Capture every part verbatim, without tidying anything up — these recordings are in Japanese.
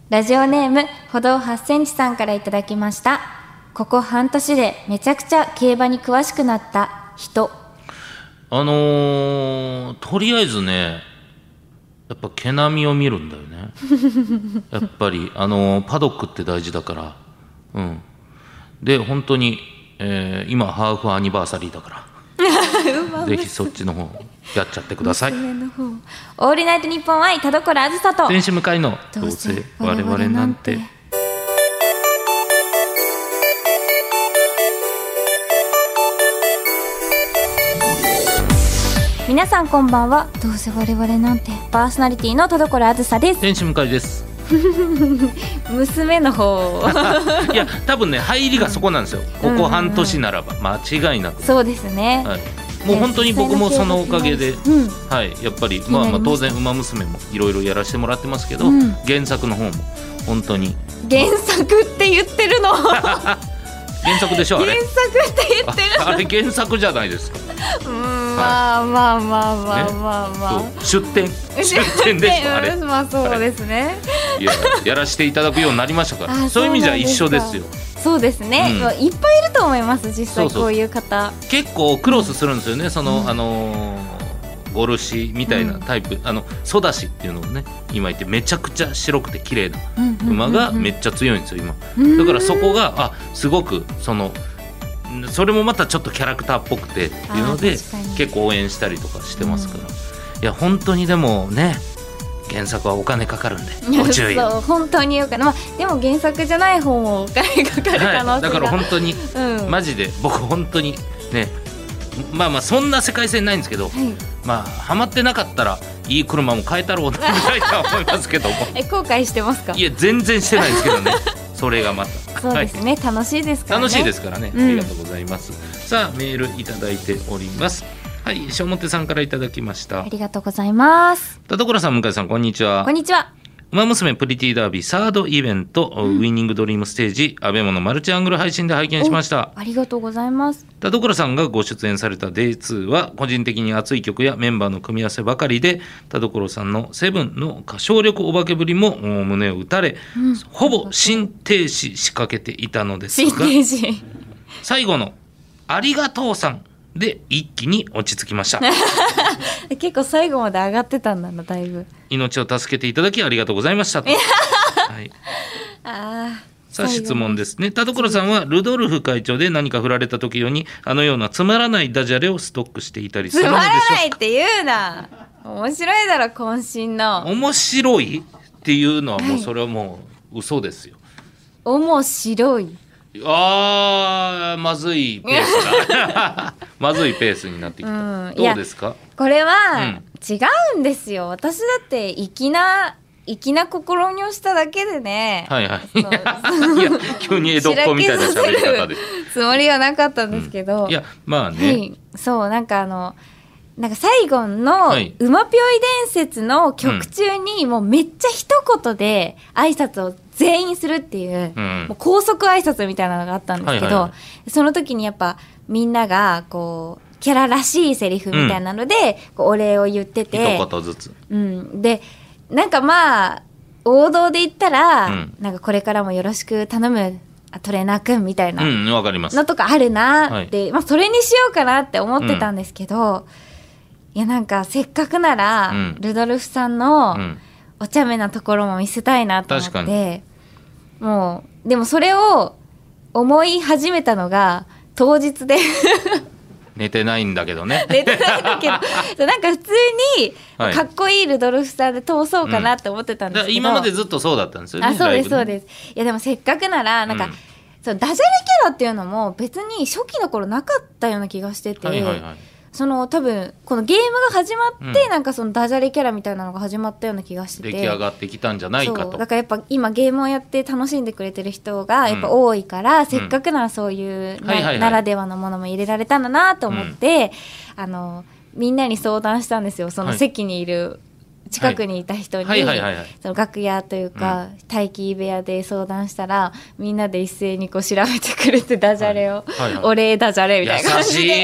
ラジオネーム歩道はちセンチさんからいただきました。ここ半年でめちゃくちゃ競馬に詳しくなった人。 あのー、とりあえずね、やっぱ毛並みを見るんだよねやっぱり、あのー、パドックって大事だから、うん、で本当に、えー、今ハーフアニバーサリーだからぜひそっちの方やっちゃってください。 娘の方。オールナイトニッポン愛田所あずさと天使向かいのどうせ我々なんて。 皆さんこんばんは。どうせ我々なんてパーソナリティの田所あずさです。 天使向かいです娘の方いや多分ね入りがそこなんですよ。ここ半年ならば間違いなく、 そうですね、 はい、もう本当に僕もそのおかげで、うん、はい、やっぱりまあまあ当然馬娘もいろいろやらせてもらってますけど、うん、原作の方も本当に原作って言ってるの原作でしょあれ。 原作って言ってるのあ, あれ原作じゃないですか。 うん、まあまあまあまあまあまあ、 ね、出展出展でしょあれ。 まあそうですね、 いややらせていただくようになりましたからそういう意味じゃ一緒ですよ。 そうですね、うん、いっぱいいると思います実際こういう方。 そうそう結構クロスするんですよね、その、うん、あのゴルシみたいなタイプ、うん、あのソダシっていうのをね今言ってめちゃくちゃ白くて綺麗な馬がめっちゃ強いんですよ今。だからそこがあすごくそのそれもまたちょっとキャラクターっぽくてっていうので結構応援したりとかしてますから、うん、いや本当にでもね原作はお金かかるんでご注意。 そう本当によく、まあ、でも原作じゃない方もお金かかる可能性が、 はい、だから本当に、うん、マジで僕本当にねまあまあそんな世界線ないんですけど、はい、まあハマってなかったらいい車も買えたろうなみたいな思いますけどもえ後悔してますか？ いや全然してないですけどねそれがまたそうですね、はい、楽しいですからね。 楽しいですからね、うん、ありがとうございます。さあメールいただいております。はい、小表さんからいただきました。 ありがとうございます。 田所さん向井さんこんにちは。 こんにちは。 馬娘プリティダービーサードイベント、うん、ウィニングドリームステージアベマのマルチアングル配信で拝見しました。 ありがとうございます。 田所さんがご出演された デイツー は個人的に熱い曲やメンバーの組み合わせばかりで田所さんのセブンの歌唱力お化けぶりも胸を打たれ、うん、ほぼ心停止しかけていたのですが最後のありがとうさんで一気に落ち着きました結構最後まで上がってたんだな。だいぶ命を助けていただきありがとうございましたと、はい、あさあ質問ですね。田所さんはルドルフ会長で何か振られた時用にあのようなつまらないダジャレをストックしていたりするのでしょうか。 つまらないって言うな。面白いだろ渾身の。 面白いっていうのはもうそれはもう嘘ですよ。 面白い。 あーまずいペースだまずいペースになってきた、うん、どうですか？ これは違うんですよ、うん、私だって粋な粋な試みをしただけでね、 はいはい、いや急に江戸っ子みたいな喋り方でつもりはなかったんですけど、 うん、いやまあね、はい、 そうなんかあのなんか最後の馬ぴょい伝説の曲中にもうめっちゃ一言で挨拶を全員するっていう、うん、もう高速挨拶みたいなのがあったんですけど、はいはい、その時にやっぱみんながこうキャラらしいセリフみたいなので、うん、こうお礼を言ってて一言ずつ、 うん、でなんかまあ王道で言ったら、うん、なんかこれからもよろしく頼むトレーナーくんみたいなのとかあるなって、うん、まあ、それにしようかなって思ってたんですけど、うん、いやなんかせっかくなら、うん、ルドルフさんの、うんお茶目なところも見せたいなと思ってもうでもそれを思い始めたのが当日で寝てないんだけどね寝てないんだけどなんか普通にかっこいいルドルフさんで通そうかなって思ってたんですけど、うん、 今までずっとそうだったんですよね。 あそうですそうです。いやでもせっかくならなんか、うん、そうダジャレキャラっていうのも別に初期の頃なかったような気がしてて、はいはいはい、その多分このゲームが始まって、うん、なんかそのダジャレキャラみたいなのが始まったような気がしてて出来上がってきたんじゃないかと。 そうだからやっぱ今ゲームをやって楽しんでくれてる人がやっぱ多いから、うん、せっかくならそういうな、はいはいはい、ならではのものも入れられたんだなと思って、うん、あのみんなに相談したんですよ。その席にいる、はい近くにいた人に、はいはいはいはい、その楽屋というか、うん、待機部屋で相談したらみんなで一斉にこう調べてくれてダジャレを、はいはいはい、お礼ダジャレみたいな感じで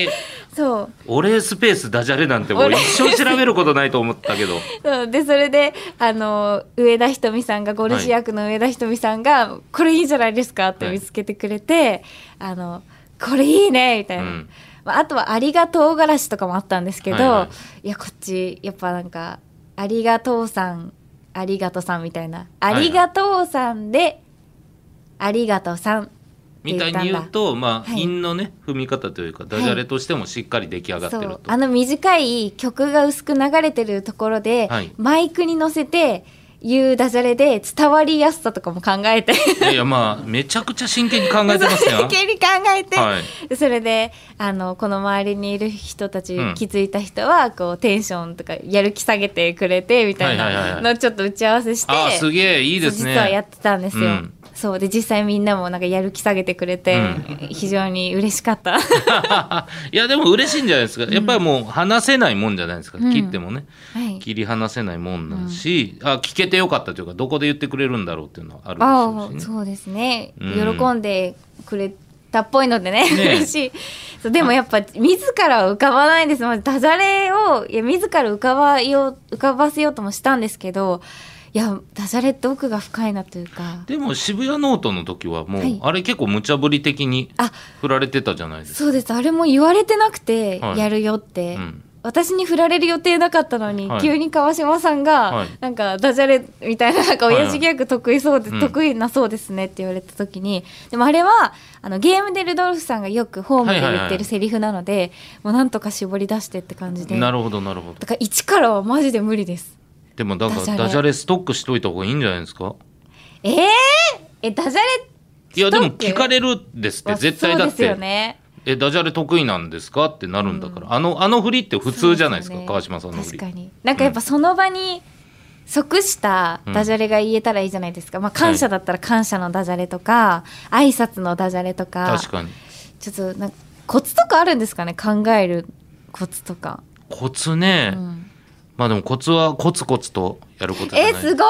そう俺スペースダジャレなんてもう一生調べることないと思ったけどそうでそれであの上田ひとみさんがゴルシ役の上田ひとみさんが、はい、これいいじゃないですかって見つけてくれて、はい、あのこれいいねみたいな、うんまあ、あとはありがとうがらしとかもあったんですけど、はいはい、いやこっちやっぱなんかありがとうさんありがとうさんみたいな、ありがとうさんでありがとうさんみたいに言うと、まあ、はい、韻のね踏み方というかダジャレとしてもしっかり出来上がってると、はい、 あの短い曲が薄く流れてるところで、はい、マイクに乗せて言うダジャレで伝わりやすさとかも考えていやいやまあめちゃくちゃ真剣に考えてますよ真剣に考えて、はい、それであのこの周りにいる人たち、うん、気づいた人はこうテンションとかやる気下げてくれてみたいなのをちょっと打ち合わせして、 あすげえいいですね、 実はやってたんですよ、うんそうで実際みんなもなんかやる気下げてくれて、うん、非常に嬉しかったいやでも嬉しいんじゃないですか、うん、やっぱりもう話せないもんじゃないですか、うん、切ってもね、はい、切り離せないもんだし、うん、あ聞けてよかったというかどこで言ってくれるんだろうっていうのはあるでしょうし、ね、 あそうですね、うん、喜んでくれたっぽいので ね, ね嬉しいそうでもやっぱ自らは浮かばないんです。まずダジャレをいや自ら浮かばよ浮かばせようともしたんですけど、いやダジャレって奥が深いなというか。 でも渋谷ノートの時はもう、はい、あれ結構無茶ぶり的に振られてたじゃないですか。 そうです、あれも言われてなくてやるよって、はいうん、私に振られる予定なかったのに、はい、急に川島さんが、はい、なんかダジャレみたいな、なんか親父ギャグ得意そうで、はいはい、得意なそうですねって言われた時に、うん、でもあれはあのゲームでルドルフさんがよくホームで言ってるセリフなので、はいはいはい、もうなんとか絞り出してって感じで。 なるほどなるほど。 だから一からはマジで無理です。 でもだからダジャレストックしといた方がいいんじゃないですか。 えー、えダジャレいやでも聞かれるんですって絶対だって、そうですよね、 えダジャレ得意なんですかってなるんだから、うん、あのあの振りって普通じゃないですか、すね、川島さんの振り。 確かになんかやっぱその場に即したダジャレが言えたらいいじゃないですか、まあ、感謝だったら感謝のダジャレとか、はい、挨拶のダジャレとか。 確かにちょっとなんかコツとかあるんですかね、考えるコツとか。 コツね、うんまあでもコツはコツコツとやることじゃない。 えすごい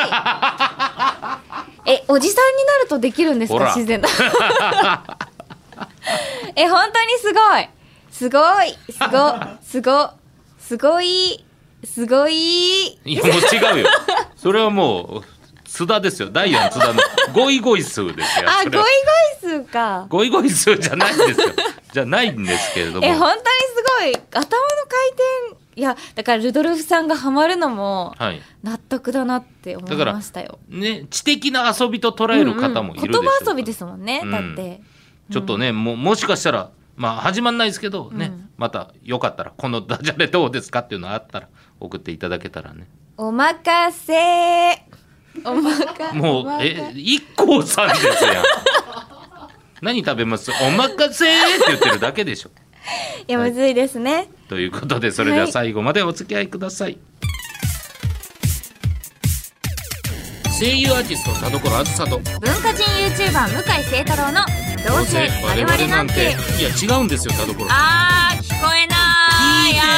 えおじさんになるとできるんですか、自然だえ本当にすごいすごいすごすごすごいすごい。 いやもう違うよそれはもう津田ですよ、ダイアン津田のゴイゴイスーですよ。 あゴイゴイスーか。 ゴイゴイスーじゃないんですよじゃないんですけれども、 え本当にすごい頭の回転。いやだからルドルフさんがハマるのも納得だなって思いましたよ、 はい、だからね知的な遊びと捉える方もいるでしょう、うんうん、言葉遊びですもんね、うん、だって、 うん、ちょっとねも, もしかしたらまあ始まんないですけどね、うん、またよかったらこのダジャレどうですかっていうのがあったら送っていただけたらね。 おまかせおまかもうえ一 こうさんですやん何食べますおまかせって言ってるだけでしょいやむずいですね、はい、 ということでそれでは最後までお付き合いください、はい、声優アーティスト田所あずさと文化人 YouTuber 向井聖太郎のどうせ我々なんて。 いや違うんですよ田所。 あー聞こえないや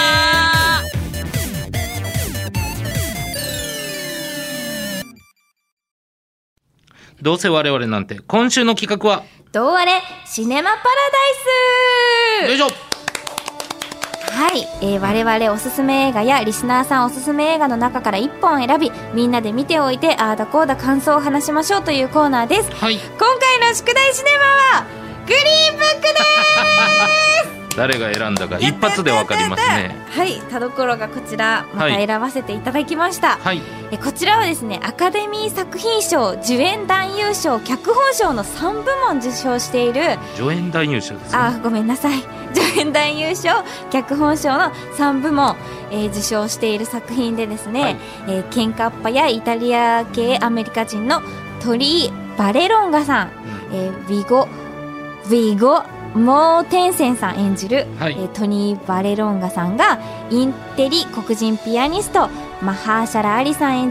どうせ我々なんて。今週の企画はどうあれシネマパラダイス。 よいしょ。 はい、えー、我々おすすめ映画やリスナーさんおすすめ映画の中からいっぽん選びみんなで見ておいてあーだこーだ感想を話しましょうというコーナーです、はい、今回の宿題シネマはグリーンブックです誰が選んだか一発でわかりますね。 はい田所がこちらまた選ばせていただきました、はい、えこちらはですねアカデミー作品賞助演男優賞脚本賞のさんぶもん受賞している。 助演男優賞ですね。 あごめんなさい助演男優賞脚本賞のさんぶもん、えー、受賞している作品でですね、はいえー、ケンカッパやイタリア系アメリカ人のトリー・バレロンガさん、うんえー、ビゴビゴモーテンセンさん演じる、はいえー、トニー・バレロンガさんがインテリ黒人ピアニストマハーシャラ・アリさん演じる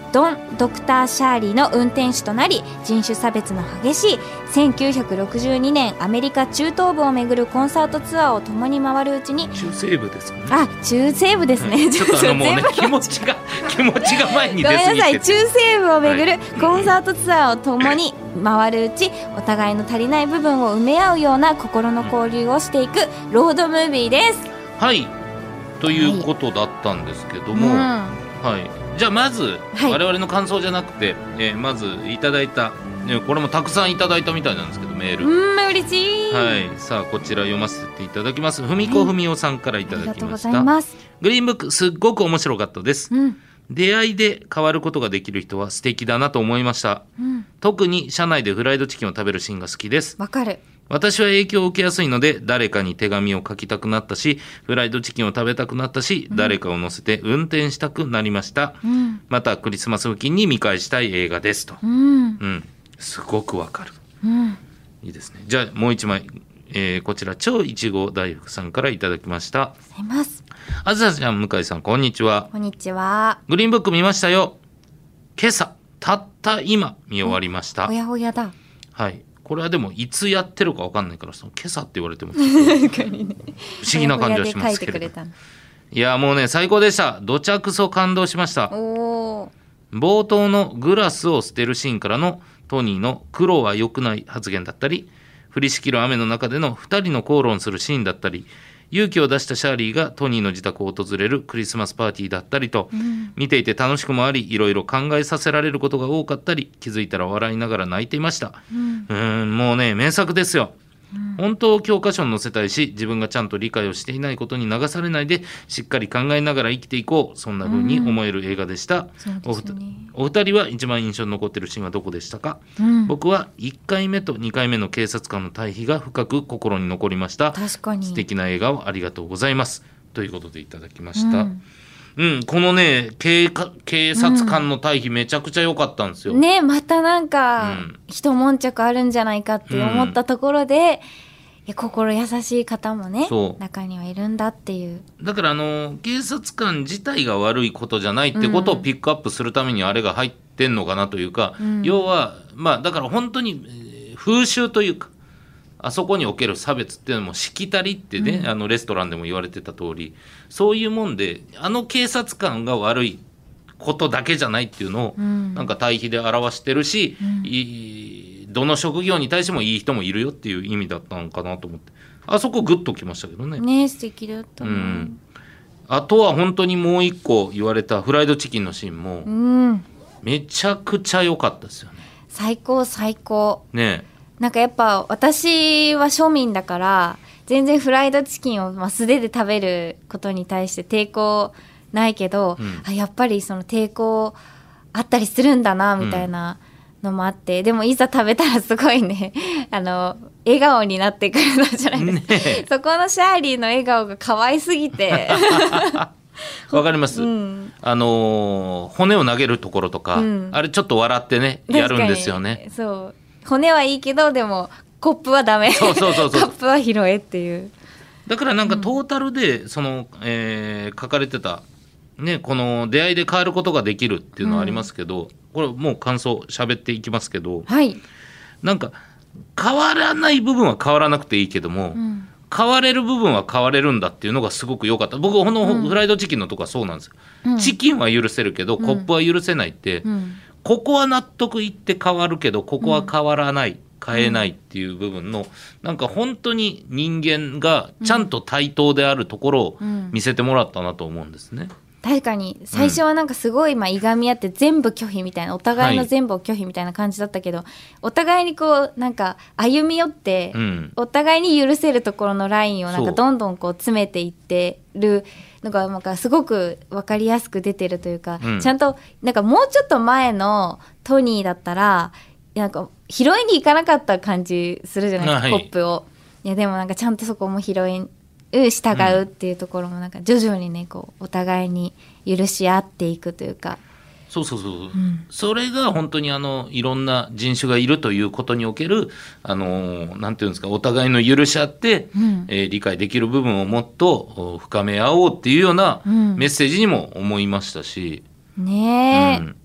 ドン・ドクター・シャーリーの運転手となり、人種差別の激しいせんきゅうひゃくろくじゅうにねんアメリカ中東部を巡るコンサートツアーを共に回るうちに、 中西部ですよね。 あ、中西部ですね、 はい、ちょっとあのもうね気持ちが気持ちが前に出過ぎて、 ごめんなさい、中西部を巡るコンサートツアーを共に回るうち、お互いの足りない部分を埋め合うような心の交流をしていくロードムービーです。 はい、ということだったんですけども、はい、はい、じゃあまず、はい、我々の感想じゃなくて、えー、まずいただいた、ね、これもたくさんいただいたみたいなんですけど、メール、 うん、嬉しい。 はい、さあこちら読ませていただきます。ふみこふみおさんからいただきました。ありがとうございます。グリーンブックすっごく面白かったです、うん、出会いで変わることができる人は素敵だなと思いました、うん、特に車内でフライドチキンを食べるシーンが好きです。 わかる。 私は影響を受けやすいので、誰かに手紙を書きたくなったし、フライドチキンを食べたくなったし、うん、誰かを乗せて運転したくなりました、うん、またクリスマス付近に見返したい映画ですと、うんうん、すごくわかる、うん、いいですね。じゃあもう一枚、えー、こちら超いちご大福さんからいただきました。 ありがとうございます。 あずさちゃん、向井さん、こんにちは。 こんにちは。 グリーンブック見ましたよ。今朝たった今見終わりました。 おやおやだ。 はい、これはでもいつやってるか分かんないから、その今朝って言われても不思議な感じはしますけれど、いやもうね最高でした。どちゃくそ感動しました。お冒頭のグラスを捨てるシーンからのトニーの苦労は良くない発言だったり、降りしきる雨の中でのふたりの口論するシーンだったり、勇気を出したシャーリーがトニーの自宅を訪れるクリスマスパーティーだったりと、うん、見ていて楽しくもあり、いろいろ考えさせられることが多かったり、気づいたら笑いながら泣いていました、うん、うーんもうね名作ですよ、うん、本当を教科書に載せたいし、自分がちゃんと理解をしていないことに流されないでしっかり考えながら生きていこう、そんな風に思える映画でした、うんおふた、お二人は一番印象に残っているシーンはどこでしたか、うん、僕はいっかいめとにかいめの警察官の対比が深く心に残りました。 確かに素敵な映画をありがとうございますということでいただきました、うんうん、このね 警, 警察官の対比めちゃくちゃ良かったんですよ、 うん、ね、またなんか、うん、一悶着あるんじゃないかって思ったところで、うん、いや心優しい方もね中にはいるんだっていう。だからあの警察官自体が悪いことじゃないってことをピックアップするためにあれが入ってんのかなというか、うん、要はまあだから本当に風習というか、あそこにおける差別っていうのもしきたりってね、うん、あのレストランでも言われてた通り、そういうもんで、あの警察官が悪いことだけじゃないっていうのを、うん、なんか対比で表してるし、うん、いどの職業に対してもいい人もいるよっていう意味だったのかなと思って、あそこグッときましたけどね。 ね、素敵だったな、うん、 あとは本当にもう一個言われたフライドチキンのシーンも、うん、めちゃくちゃ良かったですよね。 最高最高ね。 なんかやっぱ私は庶民だから全然フライドチキンをまあ素手で食べることに対して抵抗ないけど、うん、あやっぱりその抵抗あったりするんだなみたいなのもあって、うん、でもいざ食べたらすごいねあの笑顔になってくるのじゃないですか、ね、そこのシャーリーの笑顔が可愛すぎてわかります、うん、あのー、骨を投げるところとか、うん、あれちょっと笑ってねやるんですよね。 そう骨はいいけどでもコップはダメ、そうそうそうそうカップは拾えっていう。 だからなんかトータルでその、えー、書かれてた、ね、この出会いで変わることができるっていうのはありますけど、うん、これもう感想喋っていきますけど、はい、なんか変わらない部分は変わらなくていいけども、うん、変われる部分は変われるんだっていうのがすごく良かった。僕このフライドチキンのとこはそうなんですよ、うん、チキンは許せるけどコップは許せないって、うん、ここは納得いって変わるけどここは変わらない、うん、変えないっていう部分のなんか本当に人間がちゃんと対等であるところを見せてもらったなと思うんですね、うんうん、 確かに最初はなんかすごいまあいがみ合って全部拒否みたいな、お互いの全部を拒否みたいな感じだったけど、はい、お互いにこうなんか歩み寄って、うん、お互いに許せるところのラインをなんかどんどんこう詰めていってるのがなんかすごく分かりやすく出てるというか、うん、ちゃんとなんかもうちょっと前のトニーだったらなんか拾いに行かなかった感じするじゃないですか、はい、コップを。いやでもなんかちゃんとそこも拾い従うっていうところもなんか徐々にねこうお互いに許し合っていくというか、 そうそうそう、うん、それが本当にあのいろんな人種がいるということにおけるあのなんていうんですか、お互いの許し合って、うん、えー、理解できる部分をもっと深め合おうっていうようなメッセージにも思いましたし、 うん、ねえ、うん、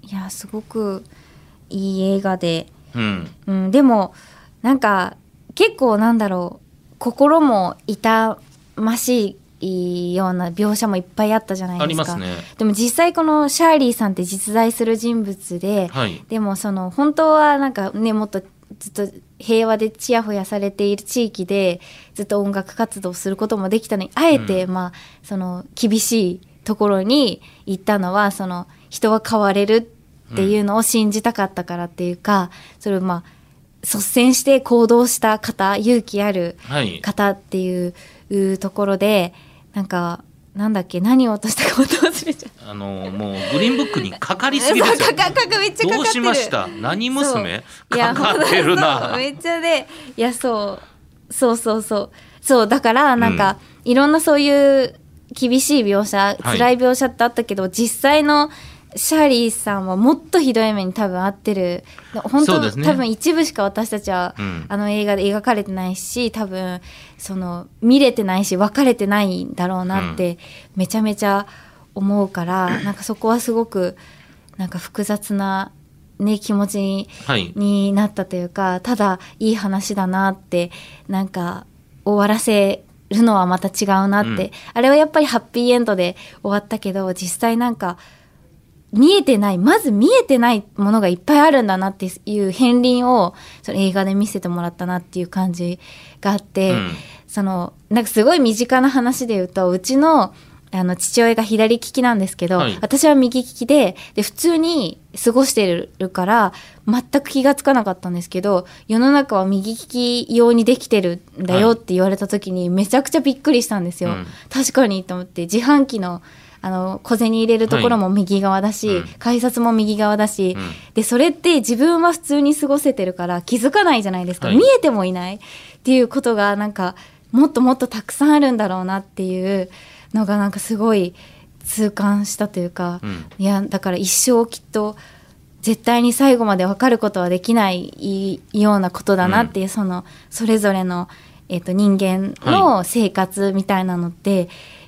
いやすごくいい映画で、 うんうん、でもなんか結構なんだろう心も痛ましいような描写もいっぱいあったじゃないですか。 ありますね。 でも実際このシャーリーさんって実在する人物で、 はい、 でもその本当はなんかねもっとずっと平和でちやほやされている地域でずっと音楽活動することもできたのに、あえて、うん、まあその厳しいところに行ったのはその人は変われるっていうのを信じたかったからっていうか、うん、それをまあ率先して行動した方、勇気ある方っていう、はい、ところでなんかなんだっけ何を落としたか忘れちゃう。 あのもうグリーンブックにかかりすぎですよ。 かかかめっちゃかかってる。 どうしました？何娘かかってるな。 めっちゃで、いやそうそうそうそうそうだからなんか、うん、いろんなそういう厳しい描写、辛い描写ってあったけど、はい、実際のシャーリーさんはもっとひどい目に多分合ってる。本当、ね、多分一部しか私たちは、うん、あの映画で描かれてないし、多分その見れてないし分かれてないんだろうなってめちゃめちゃ思うから、うん、なんかそこはすごくなんか複雑な、ね、気持ちに、はい、になったというか、ただいい話だなってなんか終わらせるのはまた違うなって、うん、あれはやっぱりハッピーエンドで終わったけど、実際なんか見えてないまず見えてないものがいっぱいあるんだなっていう片鱗をその映画で見せてもらったなっていう感じがあって、うん、そのなんかすごい身近な話で言うと、うちのあの父親が左利きなんですけど、はい、私は右利き で, で普通に過ごしてるから全く気がつかなかったんですけど、世の中は右利き用にできてるんだよって言われた時にめちゃくちゃびっくりしたんですよ、うん、確かにと思って。自販機のあの小銭入れるところも右側だし、はい、改札も右側だし、うん、でそれって自分は普通に過ごせてるから気づかないじゃないですか、はい、見えてもいないっていうことがなんかもっともっとたくさんあるんだろうなっていうのがなんかすごい痛感したというか、うん、いやだから一生きっと絶対に最後まで分かることはできないようなことだなっていう、うん、そのそれぞれの、えーと、人間の生活みたいなのって、はい、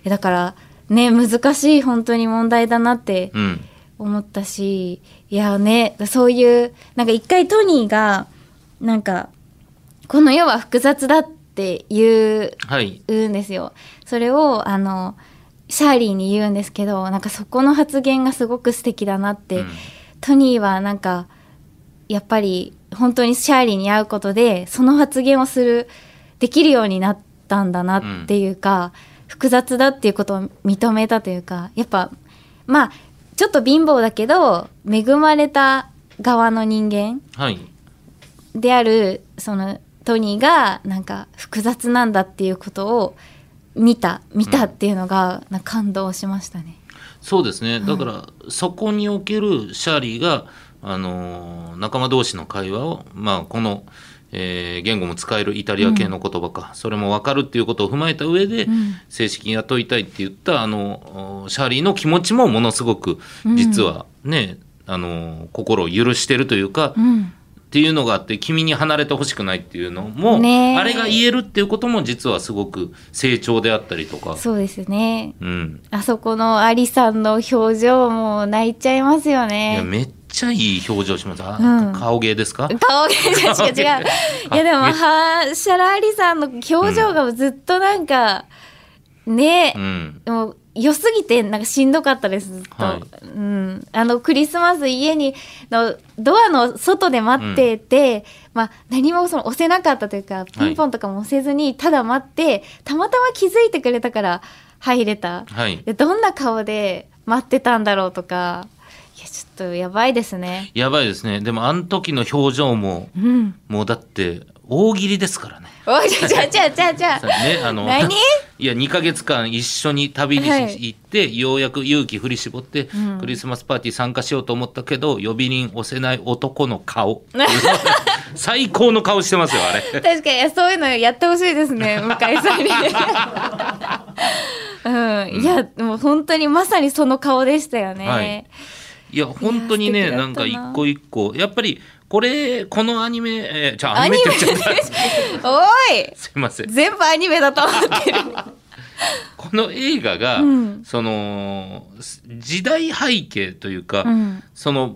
だからね難しい本当に問題だなって思ったし、うん、いやねそういうなんか一回トニーがなんかこの世は複雑だって言う、はい、言うんですよ。それをあのシャーリーに言うんですけど、なんかそこの発言がすごく素敵だなって、うん、トニーはなんかやっぱり本当にシャーリーに会うことでその発言をするできるようになったんだなっていうか、うん複雑だっていうことを認めたというか、やっぱまあちょっと貧乏だけど恵まれた側の人間である、はい、そのトニーがなんか複雑なんだっていうことを見た見たっていうのが、うん、なんか感動しましたね。 そうですね。だから、うん、そこにおけるシャーリーが、あのー、仲間同士の会話を、まあ、このえー、言語も使えるイタリア系の言葉か、うん、それも分かるっていうことを踏まえた上で、うん、正式に雇いたいって言ったあのシャーリーの気持ちもものすごく実はね、うん、あの心を許してるというか、うん、っていうのがあって、君に離れてほしくないっていうのも、ね、あれが言えるっていうことも実はすごく成長であったりとか。 そうですね、うん、あそこのアリさんの表情も泣いちゃいますよね。 いやめっちゃいい表情します。あ、うん、顔芸ですか？ 顔芸じゃ違う違ういやでもはシャラアリさんの表情がずっとなんか、うん、ね、うん、もう良すぎてなんかしんどかったですずっと、はい、うん、あのクリスマス家にのドアの外で待ってて、うんまあ、何もその押せなかったというかピンポンとかも押せずにただ待って、はい、たまたま気づいてくれたから入れた、はい、でどんな顔で待ってたんだろうとか、いやちょっとやばいですね。 やばいですね。でもあの時の表情も、うん、もうだって大喜利ですからね。 おいじゃあじゃあじゃあじゃあね、あの何いやにかげつかん一緒に旅に行って、はい、ようやく勇気振り絞って、うん、クリスマスパーティー参加しようと思ったけど呼び鈴押せない男の顔最高の顔してますよあれ。 確かにそういうのやってほしいですね向井さんに、うん、いやもう本当にまさにその顔でしたよね、はい、 いや本当にね、なんか一個一個やっぱりこれこのアニメ、えー、じゃあアニメって言っちゃったおいすいません全部アニメだと思ってるこの映画が、うん、その時代背景というか、うん、その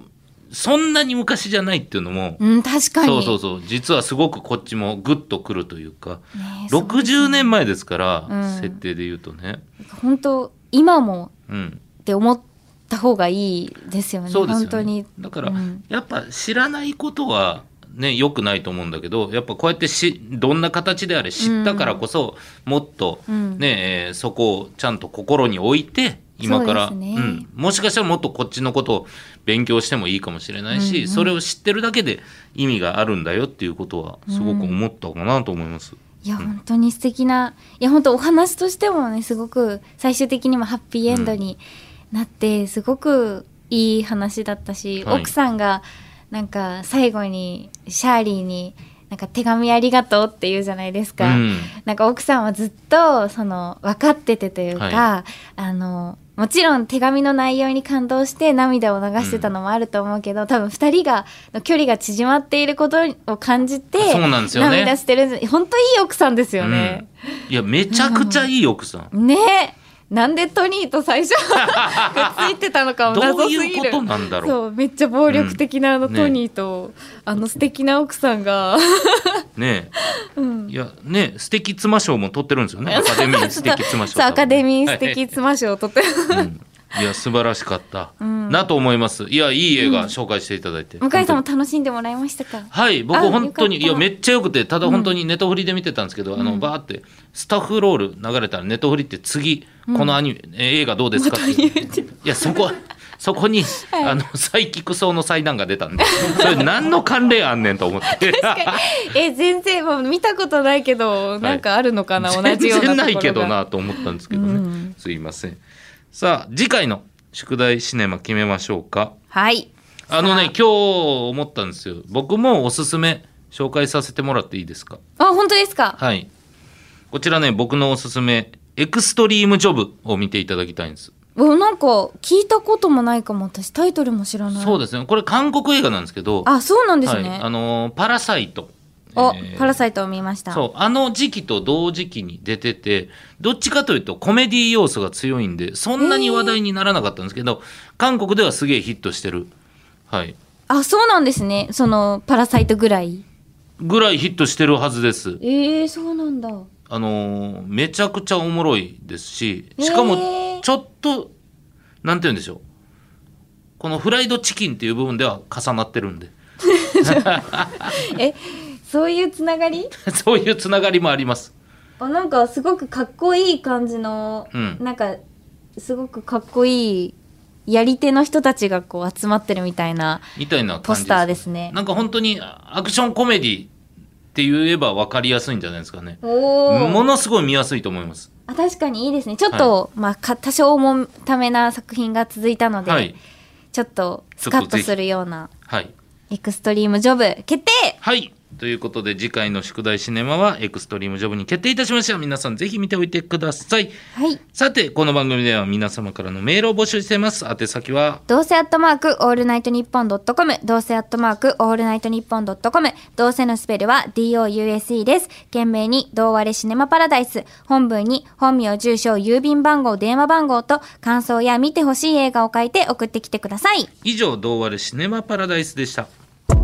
そんなに昔じゃないっていうのも、 うん、確かにそうそうそう実はすごくこっちもグッとくるというか、ね、ろくじゅうねんまえですから、うん、設定で言うとね本当今もって思った方がいいですよね、 そうですよね、 本当にだから、うん、やっぱ知らないことはね、良くないと思うんだけど、やっぱこうやってしどんな形であれ知ったからこそ、うん、もっと、ねえー、そこをちゃんと心に置いて今から、ねうん、もしかしたらもっとこっちのことを勉強してもいいかもしれないし、うんうん、それを知ってるだけで意味があるんだよっていうことはすごく思ったかなと思います、うん、 いや、うん、本当に素敵ないや本当お話としてもねすごく最終的にもハッピーエンドになって、うん、すごくいい話だったし、はい、奥さんがなんか最後にシャーリーになんか手紙ありがとうって言うじゃないですか、うん、なんか奥さんはずっとその分かっててというか、はい、あのもちろん手紙の内容に感動して涙を流してたのもあると思うけど、うん、多分ふたりがの距離が縮まっていることを感じてそうなんですよね、 涙してる本当いい奥さんですよね、 うん、いやめちゃくちゃいい奥さん、 うん、ねなんでトニーと最初くっついてたのかも謎すぎる。 どういうことなんだろう。 そうめっちゃ暴力的なあのトニーと、うんね、あの素敵な奥さんがねえ、うん、いやね素敵妻賞も取ってるんですよね。アカデミー素敵妻賞。 そうアカデミー素敵妻賞を取ってる、 うんいや素晴らしかった、うん、なと思います。いやいい映画紹介していただいて、 うん、向井さんも楽しんでもらいましたか？ はい僕本当にいやめっちゃよくて、ただ本当にネトフリで見てたんですけど、うん、あのバーってスタッフロール流れたらネトフリって次、うん、このアニメ映画どうですかっていやそこそこに、はい、あのサイキクソの祭壇が出たんでそれ何の関連あんねんと思って確かにえ全然もう見たことないけどなんかあるのかな、はい、同じようなところが全然ないけどなと思ったんですけどね、うん、すいません。さあ次回の宿題シネマ決めましょうか。 はいあのね今日思ったんですよ。僕もおすすめ紹介させてもらっていいですか？ あ本当ですか？ はいこちらね僕のおすすめエクストリームジョブを見ていただきたいんです。 なんか聞いたこともないかも。私タイトルも知らない。 そうですねこれ韓国映画なんですけど。 あそうなんですね、 はい、あのパラサイトお、えー、パラサイトを見ました。 そうあの時期と同時期に出ててどっちかというとコメディ要素が強いんでそんなに話題にならなかったんですけど、えー、韓国ではすげえヒットしてる。はいあそうなんですね。そのパラサイトぐらいぐらいヒットしてるはずです。 えー、そうなんだ。 あのー、めちゃくちゃおもろいですししかもちょっとなんて言うんでしょうこのフライドチキンっていう部分では重なってるんでえそういうつながりそういうつながりもあります。 あなんかすごくかっこいい感じの、うん、なんかすごくかっこいいやり手の人たちがこう集まってるみたいなみたいなポスターですね。 なんか本当にアクションコメディって言えば分かりやすいんじゃないですかね。ものすごい見やすいと思います。 あ確かにいいですね。ちょっと、はいまあ、か多少重ためな作品が続いたので、はい、ちょっとスカッとするようなエクストリームジョブ決定。 はいということで次回の宿題シネマはエクストリームジョブに決定いたしました。皆さんぜひ見ておいてください、 はい、 さてこの番組では皆様からのメールを募集しています。宛先はどうせアットマークオールナイトニッポンドットコムどうせアットマークオールナイトニッポンドットコムどうせのスペルは ディーオーユーエスイー です。懸命にどうわれシネマパラダイス本文に本名住所郵便番号電話番号と感想や見てほしい映画を書いて送ってきてください。 以上どうわれシネマパラダイスでした。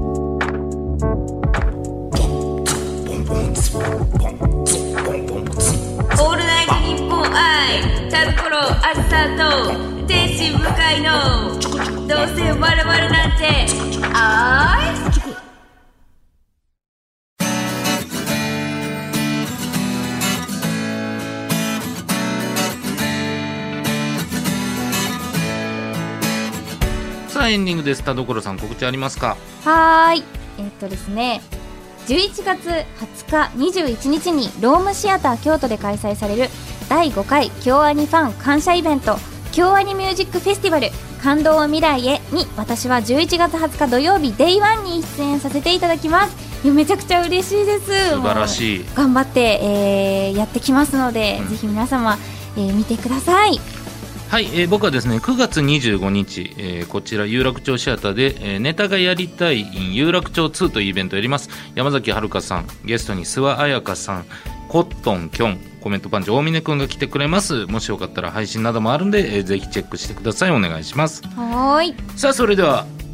オールナイトニッポン愛タルコロアスターと天使向かいのどうせ我々なんてあーいさあエンディングです。田所さん告知ありますか？ はーいえー、っとですねじゅういちがつはつかにじゅういちにちにロームシアター京都で開催されるだいごかい京アニファン感謝イベント京アニミュージックフェスティバル感動を未来へに私はじゅういちがつはつか土曜日デイワンに出演させていただきます。いやめちゃくちゃ嬉しいです。 素晴らしい。 頑張って、えー、やってきますので、うん、ぜひ皆様、えー、見てください。 はい、えー、僕はですねくがつにじゅうごにち、えー、こちら有楽町シアターで、えー、ネタがやりたい in 有楽町ツーというイベントをやります。山崎遥さんゲストに諏訪彩香さんコットンキョンコメントパンチ大峰くんが来てくれます。もしよかったら配信などもあるんで、えー、ぜひチェックしてください。お願いします。 はい。 さあそれでは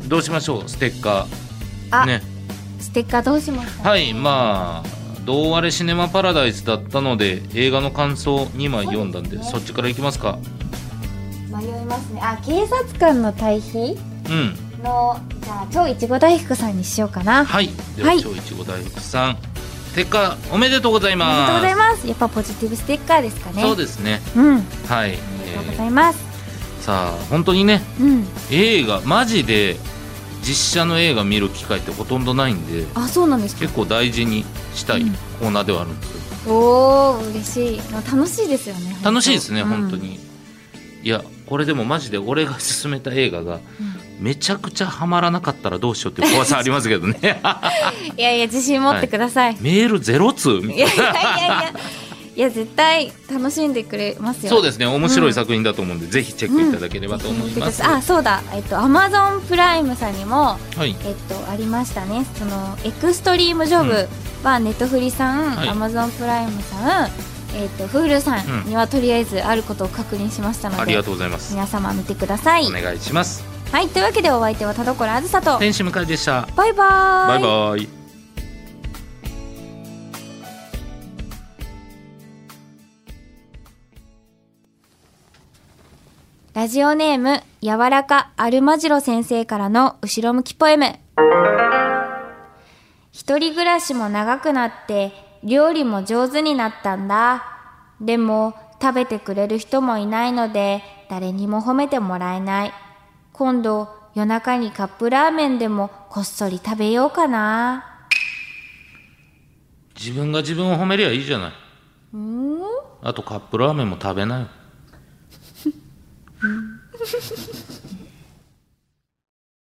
どうしましょうステッカーね。 ステッカーどうしますか、ね、 はいまあどうあれシネマパラダイスだったので映画の感想にまい読んだん で, そ, で、ね、そっちからいきますか。 迷いますね。あ警察官の対比うんのじゃあ超いちご大福さんにしようかな。 はいでは、はい、超いちご大福さんステッカーおめでとうございます。 おめでとうございます。やっぱポジティブステッカーですかね。 そうですねうんはいおめでとうございます、 えー、さあ本当にね、 うん、 映画マジで実写の映画見る機会ってほとんどないんで。 あそうなんですか。 結構大事にしたいコーナーではあるんですよ、 うん、おー嬉しい。楽しいですよね。 楽しいですね、うん、本当に。いやこれでもマジで俺が勧めた映画が、うんめちゃくちゃハマらなかったらどうしようっていう怖さありますけどねいやいや自信持ってください、 はい、メールゼロ通みたいないやいやいやいや絶対楽しんでくれますよ。 そうですね面白い作品だと思うんで、うん、ぜひチェックいただければと思います、 うん、あそうだえっと Amazon プライムさんにも、 はいえっと、ありましたね。そのエクストリームジョブはネットフリさん、 はい、 Amazon プライムさんえー、と Hulu さんにはとりあえずあることを確認しましたので、うん、 ありがとうございます。 皆様見てください。 お願いします。 はいというわけでお相手は田所あずさと天使向井でした。 バイバイバイバイ。 ラジオネームやわらかアルマジロ先生からの後ろ向きポエム。一人暮らしも長くなって料理も上手になったんだ。でも食べてくれる人もいないので誰にも褒めてもらえない。今度夜中にカップラーメンでもこっそり食べようかな。 自分が自分を褒めりゃいいじゃない。 うん。 あとカップラーメンも食べなよ